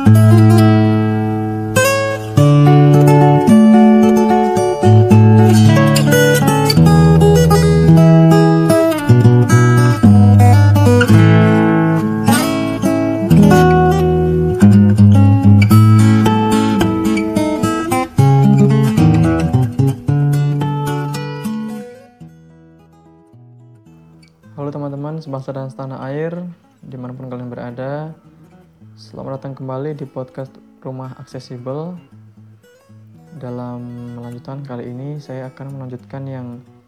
Halo teman-teman sebangsa dan setanah air, dimanapun kalian berada. Selamat datang kembali di podcast Rumah Aksesibel. Dalam melanjutkan kali ini, saya akan melanjutkan yang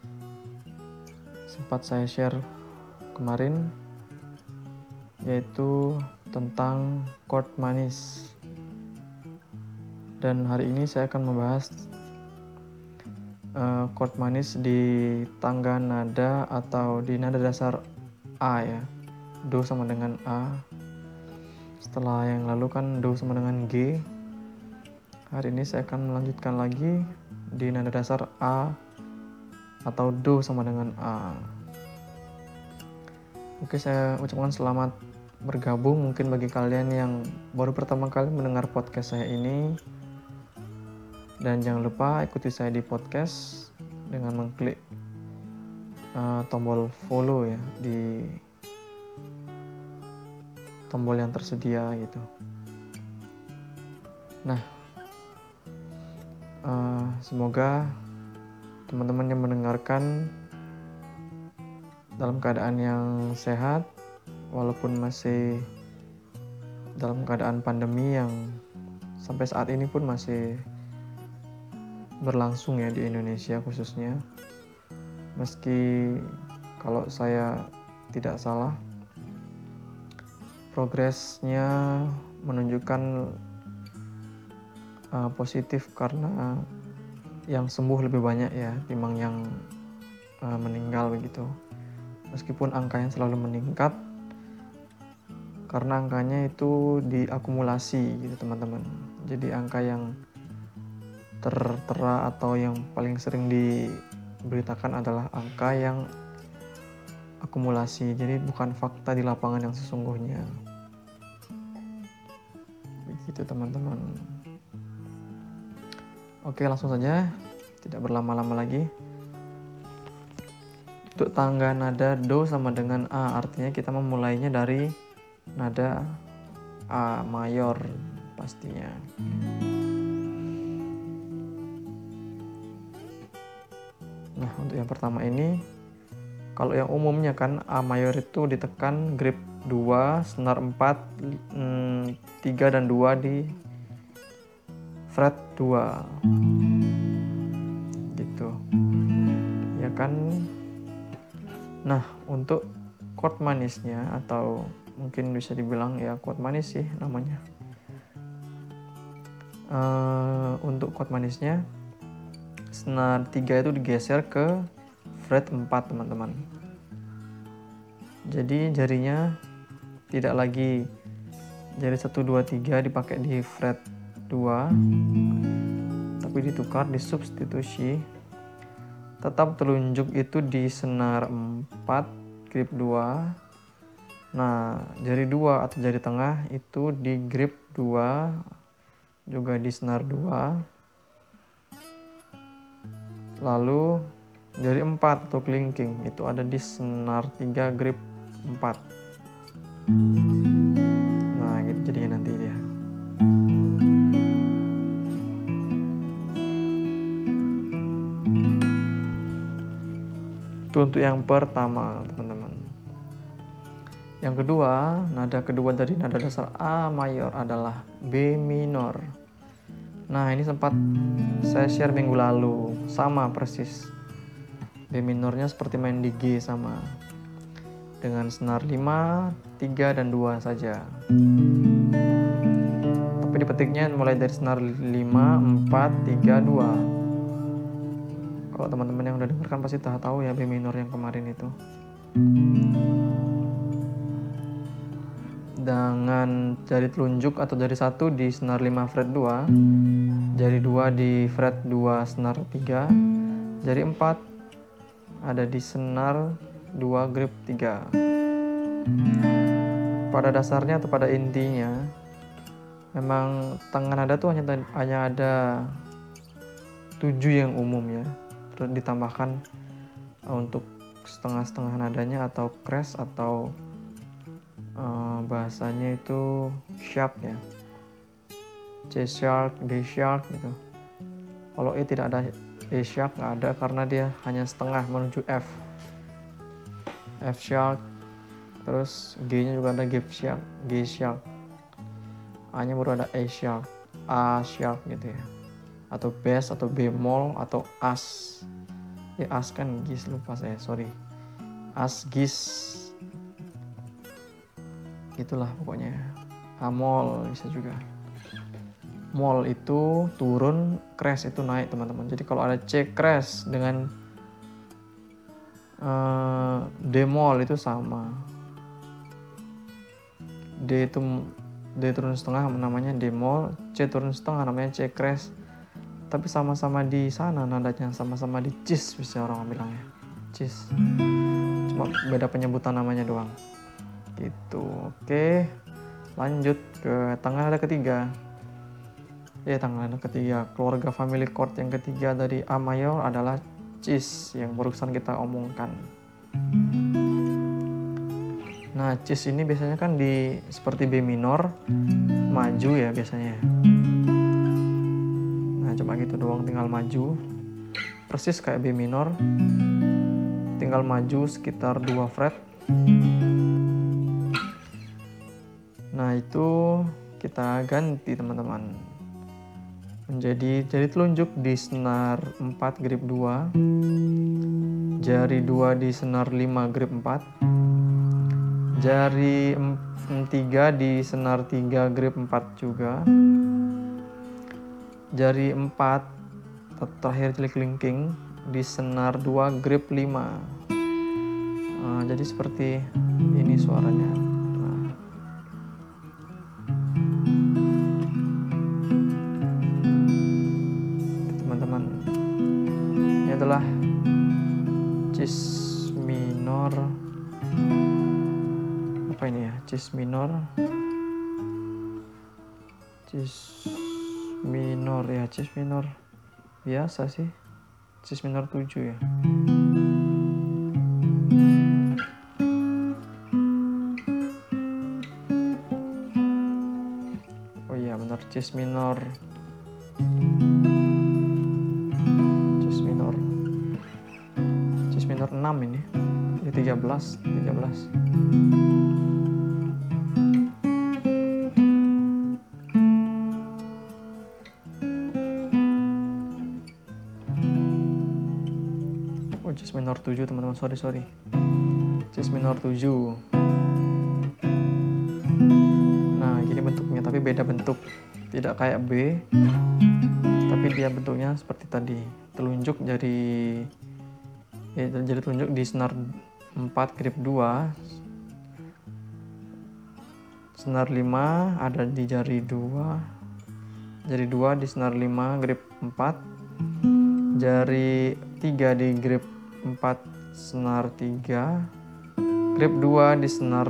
sempat saya share kemarin, yaitu tentang chord manis. Dan hari ini saya akan membahas chord manis di tangga nada atau di nada dasar A ya. Do sama dengan A. Setelah yang lalu kan Do sama dengan G. Hari ini saya akan melanjutkan lagi di nada dasar A atau Do sama dengan A. Oke, saya ucapkan selamat bergabung mungkin bagi kalian yang baru pertama kali mendengar podcast saya ini. Dan jangan lupa ikuti saya di podcast dengan mengklik tombol follow ya di tombol yang tersedia gitu. Nah, semoga teman-teman yang mendengarkan dalam keadaan yang sehat, walaupun masih dalam keadaan pandemi yang sampai saat ini pun masih berlangsung ya di Indonesia khususnya. Meski kalau saya tidak salah, progresnya menunjukkan positif karena yang sembuh lebih banyak ya timbang yang meninggal begitu. Meskipun angkanya selalu meningkat karena angkanya itu diakumulasi gitu teman-teman. Jadi angka yang tertera atau yang paling sering diberitakan adalah angka yang akumulasi. Jadi bukan fakta di lapangan yang sesungguhnya. Begitu teman-teman. Oke, langsung saja, tidak berlama-lama lagi. Untuk tangga nada Do sama dengan A, artinya kita memulainya dari nada A mayor pastinya. Nah, untuk yang pertama ini, kalau yang umumnya kan A mayor itu ditekan grip 2, senar 4, 3 dan 2 di fret 2. Gitu. Ya kan? Nah, untuk chord manisnya atau mungkin bisa dibilang ya chord manis sih namanya. Untuk chord manisnya senar 3 itu digeser ke fret 4 teman-teman. Jadi jarinya tidak lagi jari 1, 2, 3 dipakai di fret 2, tapi ditukar, disubstitusi. Tetap telunjuk itu di senar 4 grip 2. Nah, jari 2 atau jari tengah itu di grip 2 juga di senar 2. Lalu jari 4 atau kelingking itu ada di senar 3 grip 4. Nah, gitu jadinya nanti dia. Itu untuk yang pertama, teman-teman. Yang kedua, nada kedua dari nada dasar A mayor adalah B minor. Nah, ini sempat saya share minggu lalu, sama persis. B minornya seperti main di G sama. Dengan senar 5, 3 dan 2 saja. Tapi dipetiknya mulai dari senar 5, 4, 3, 2. Kalau teman-teman yang udah dengarkan pasti tahu ya B minor yang kemarin itu. Dengan jari telunjuk atau jari 1 di senar 5 fret 2, jari 2 di fret 2 senar 3, jari 4 ada di senar 2 grip 3. Pada dasarnya atau pada intinya, Memang tengah nada tuh hanya ada 7 yang umum ya. Terus ditambahkan untuk setengah-setengah nadanya atau crash atau bahasanya itu sharp ya. C sharp, D sharp gitu. Kalau E tidak ada, E sharp nggak ada karena dia hanya setengah menuju F. F sharp, terus G-nya juga ada G sharp, A-nya baru ada A sharp, A sharp gitu ya. Atau bass atau bemol atau as. As kan gis, lupa saya, sorry. As, gis. Itulah pokoknya. A-mol bisa juga. Mol itu turun, crash itu naik teman-teman. Jadi kalau ada C crash dengan D mol itu sama. D turun setengah namanya D mol, C turun setengah namanya C crash. Tapi sama-sama di sana nadanya, sama-sama di cis bisa orang bilangnya. Cis. Cuma beda penyebutan namanya doang. Gitu. Oke. Lanjut ke tengah nada ketiga. Tengah nada ketiga, keluarga family chord yang ketiga dari A mayor adalah cis yang barusan kita omongkan. Nah, cis ini biasanya kan seperti B minor, maju ya biasanya. Nah, cuma gitu doang, tinggal maju. Persis kayak B minor, tinggal maju sekitar 2 fret. Nah, itu kita ganti teman-teman. Jadi telunjuk di senar 4 grip 2, jari 2 di senar 5 grip 4, jari 3 di senar 3 grip 4 juga, jari 4 terakhir kelingking di senar 2 grip 5. Jadi seperti ini suaranya. Adalah cis minor, apa ini ya, cis minor ya, cis minor biasa sih, cis minor 7 ya. Oh iya benar, cis minor 6 ini, jadi 13. Oh, cis minor 7 teman-teman, sorry. Cis minor 7. Nah, gini bentuknya, tapi beda bentuk. Tidak kayak B, tapi dia bentuknya seperti tadi. Telunjuk jadi telunjuk di senar 4 grip 2, senar 5 ada di jari 2, jari 2 di senar 5 grip 4, jari 3 di grip 4 senar 3, grip 2 di senar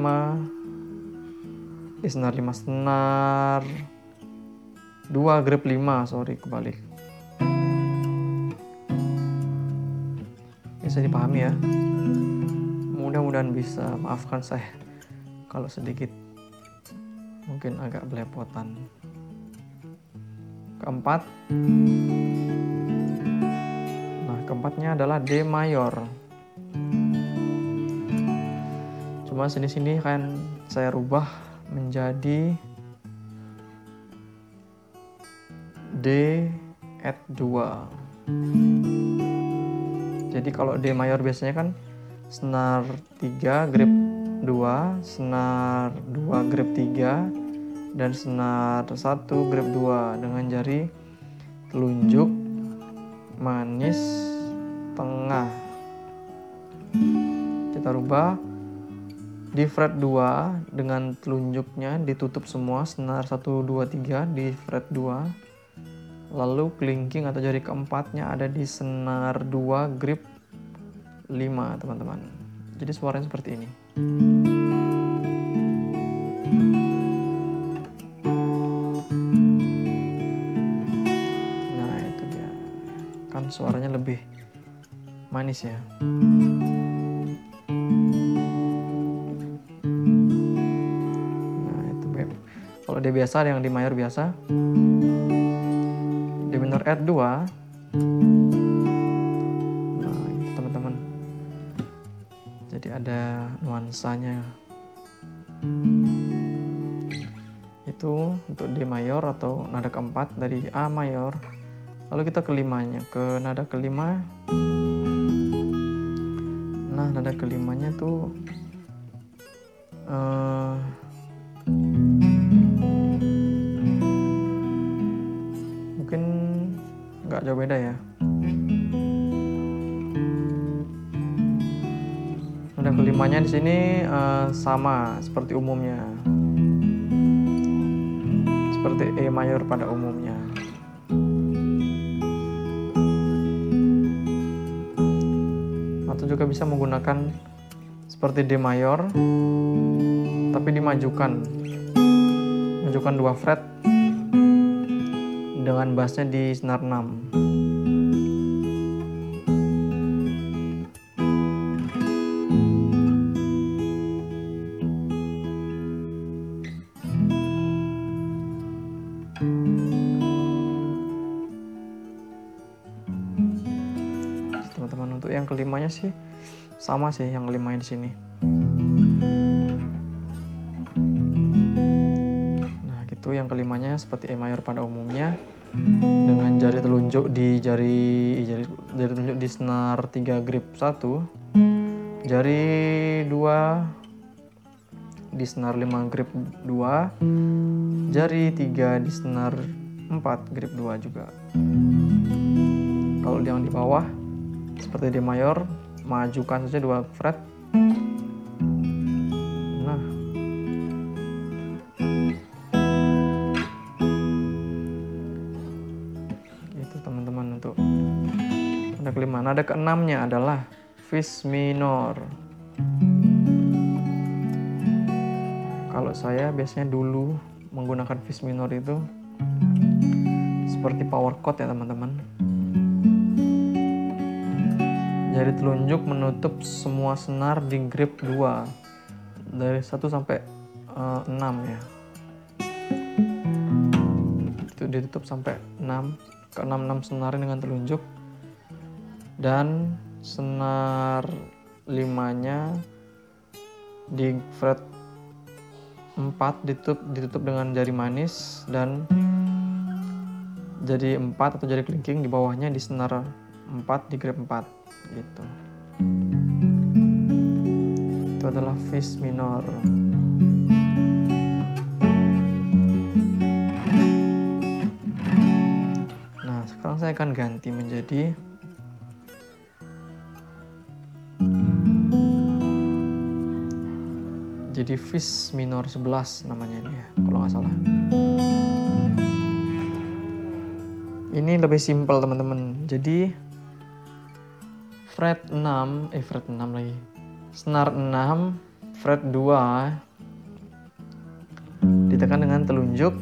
5, senar 2 grip 5, sorry kebalik. Bisa dipahami ya, mudah-mudahan bisa. Maafkan saya kalau sedikit mungkin agak belepotan. Keempat, nah keempatnya adalah D mayor. Cuma sini kan saya rubah menjadi D add 2. Jadi kalau D mayor biasanya kan senar 3 grip 2, senar 2 grip 3, dan senar 1 grip 2 dengan jari telunjuk, manis, tengah. Kita rubah di fret 2 dengan telunjuknya ditutup semua, senar 1, 2, 3 di fret 2. Lalu kelingking atau jari keempatnya ada di senar 2 grip 5 teman-teman. Jadi suaranya seperti ini. lebih manis ya. Nah itu kalau D biasa yang di mayor biasa, D minor add 2. Nah itu teman-teman, jadi ada nuansanya. Itu untuk D mayor atau nada keempat dari A mayor. Lalu kita kelimanya, ke nada kelima. Nah nada kelimanya tuh mungkin nggak jauh beda ya. Nada kelimanya di sini sama seperti umumnya, seperti E mayor pada umumnya. Atau juga bisa menggunakan seperti D mayor, tapi dimajukan 2 fret dengan bassnya di senar 6. Teman-teman, untuk yang kelimanya sih sama sih, yang kelimanya di sini. Nah, gitu yang kelimanya seperti E mayor pada umumnya, dengan jari telunjuk di jari telunjuk di senar 3 grip 1, jari 2 di senar 5 grip 2, jari 3 di senar 4 grip 2 juga. Kalau yang di bawah seperti D mayor, majukan saja 2 fret. Nah, itu teman-teman untuk nada kelima. Nada keenamnya adalah fis minor. Kalau saya biasanya dulu menggunakan fis minor itu seperti power chord ya teman-teman. Jari telunjuk menutup semua senar di grip 2 dari 1 sampai 6 ya. Itu ditutup sampai 6, ke 6 senar dengan telunjuk, dan senar 5-nya di fret 4 ditutup dengan jari manis, dan jari 4 atau jari kelingking di bawahnya di senar 4 di grip 4 gitu. Itu adalah fis minor. Nah, sekarang saya akan ganti menjadi fis minor 11 namanya ini ya, kalau nggak salah. Ini lebih simpel teman-teman. Jadi fret 6 lagi. Senar 6, fret 2 ditekan dengan telunjuk.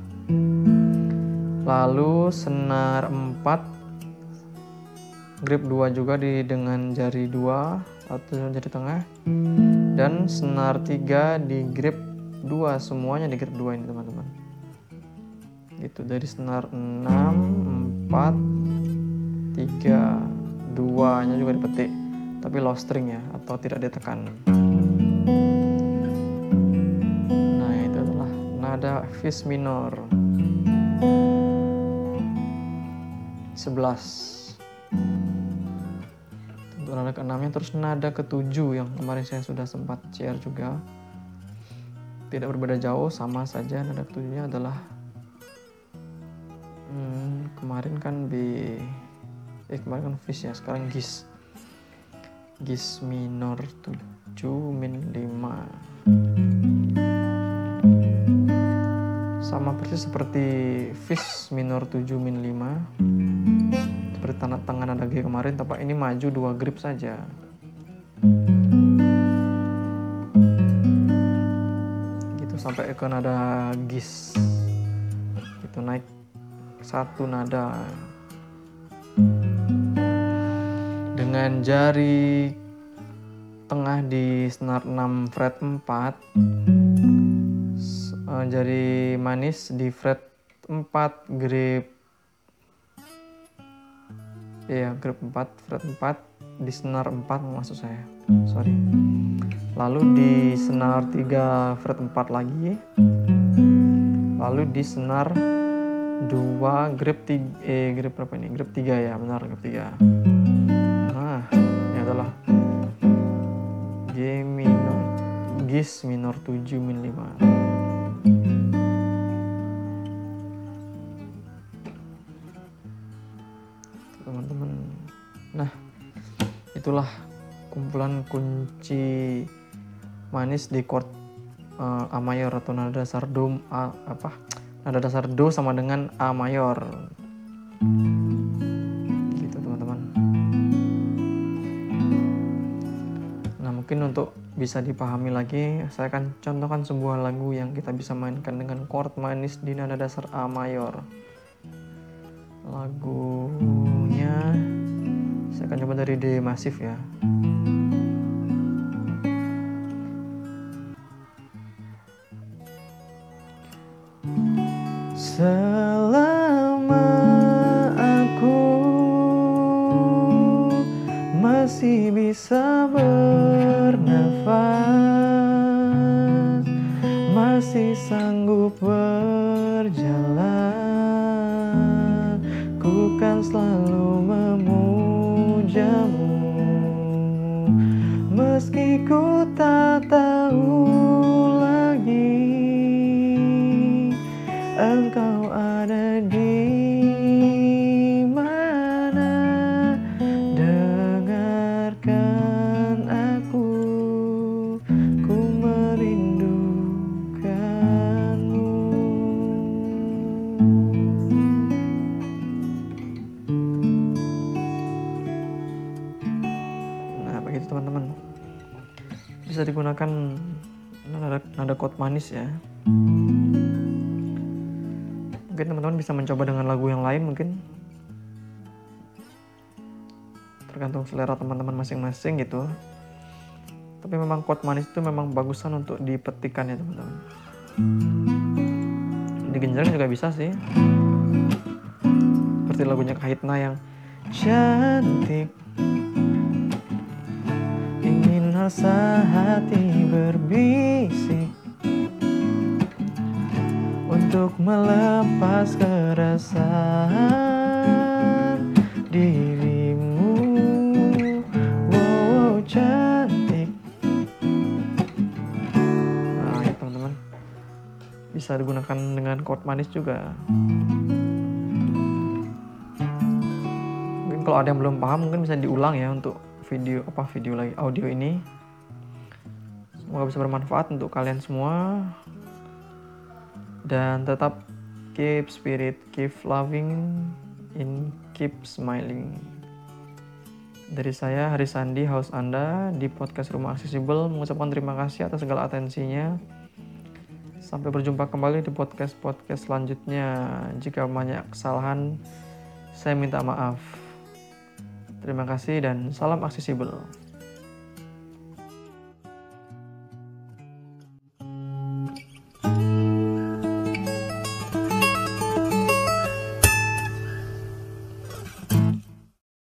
Lalu senar 4 grip 2 juga dengan jari 2 atau jari tengah. Dan senar 3 di grip 2, semuanya di grip 2 ini teman-teman. Gitu, dari senar 6, 4, 3, 2-nya juga dipetik, tapi low string ya, atau tidak ditekan. Nah, itu adalah nada fis minor 11. Untuk nada ke-6-nya, terus nada ke-7 yang kemarin saya sudah sempat share juga. Tidak berbeda jauh, sama saja. Nada ke-7-nya adalah kemarin kan kemarin kan fis ya, sekarang gis minor 7 min 5. Sama persis seperti fis minor 7 min 5, seperti tanda tangan nada G kemarin, tapi ini maju 2 grip saja. Gitu sampai ke nada gis. Itu naik 1 nada. dengan jari tengah di senar 6 fret 4, jari manis di fret 4 grip 4 fret 4 di senar 4 maksud saya, sorry. Lalu di senar 3 fret 4 lagi, lalu di senar 2 grip 3, grip berapa ini? Grip 3 ya, benar, grip 3. Nah, ini adalah Gis minor 7 min 5. Teman-teman. Nah, itulah kumpulan kunci manis di chord A mayor atau nada dasar do nada dasar do sama dengan A mayor. Gitu teman-teman. Nah, mungkin untuk bisa dipahami lagi, saya akan contohkan sebuah lagu yang kita bisa mainkan dengan chord manis di nada dasar A mayor. Lagunya saya akan coba dari D masif ya. Selama aku masih bisa bernafas, masih sanggup berjalan, ku kan selalu memujamu, meski ku tak tahu lagi engkau ada di mana. Dengarkan aku, ku merindukanmu. Nah, begitu teman-teman. Bisa digunakan nada chord manis ya. Mungkin teman-teman bisa mencoba dengan lagu yang lain, mungkin tergantung selera teman-teman masing-masing gitu. Tapi memang chord manis itu memang bagusan untuk dipetikan ya teman-teman. Digenjreng juga bisa sih, seperti lagunya Kahitna yang cantik, ingin rasa hati berbisik untuk melepas keresahan dirimu. Wow, cantik. Nah ya teman-teman, bisa digunakan dengan chord manis juga. Mungkin kalau ada yang belum paham mungkin bisa diulang ya untuk audio ini. Semoga bisa bermanfaat untuk kalian semua. Dan tetap keep spirit, keep loving, and keep smiling. Dari saya, Haris Sandi, host Anda di podcast Rumah Aksesibel, mengucapkan terima kasih atas segala atensinya. Sampai berjumpa kembali di podcast-podcast selanjutnya. Jika banyak kesalahan, saya minta maaf. Terima kasih dan salam aksesibel.